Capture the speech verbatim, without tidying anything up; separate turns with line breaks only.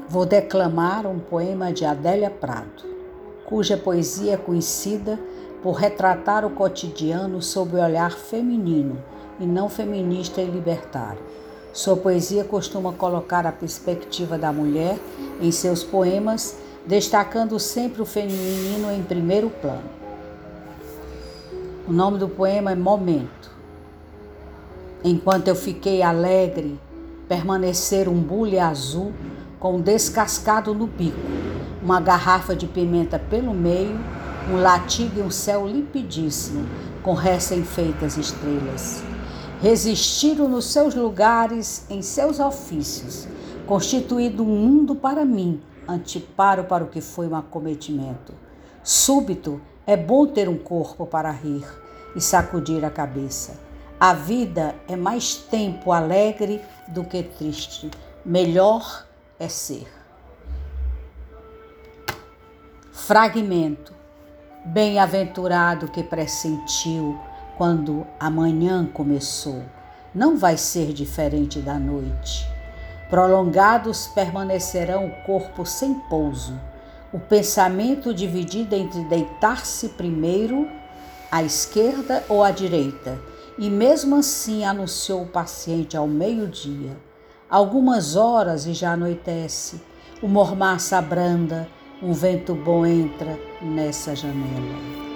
Vou declamar um poema de Adélia Prado, cuja poesia é conhecida por retratar o cotidiano sob o olhar feminino e não feminista e libertário. Sua poesia costuma colocar a perspectiva da mulher em seus poemas, destacando sempre o feminino em primeiro plano. O nome do poema é Momento. Enquanto eu fiquei alegre, permanecer um bule azul com um descascado no bico, uma garrafa de pimenta pelo meio, um latigo e um céu limpidíssimo, com recém-feitas estrelas. Resistiram nos seus lugares, em seus ofícios, constituído um mundo para mim, anteparo para o que foi um acometimento. Súbito, é bom ter um corpo para rir e sacudir a cabeça. A vida é mais tempo alegre do que triste. Melhor é ser. Fragmento. Bem-aventurado que pressentiu quando a manhã começou. Não vai ser diferente da noite. Prolongados permanecerão o corpo sem pouso, o pensamento dividido entre deitar-se primeiro à esquerda ou à direita, e mesmo assim anunciou o paciente ao meio-dia. Algumas horas e já anoitece, o mormaço abranda, um vento bom entra nessa janela.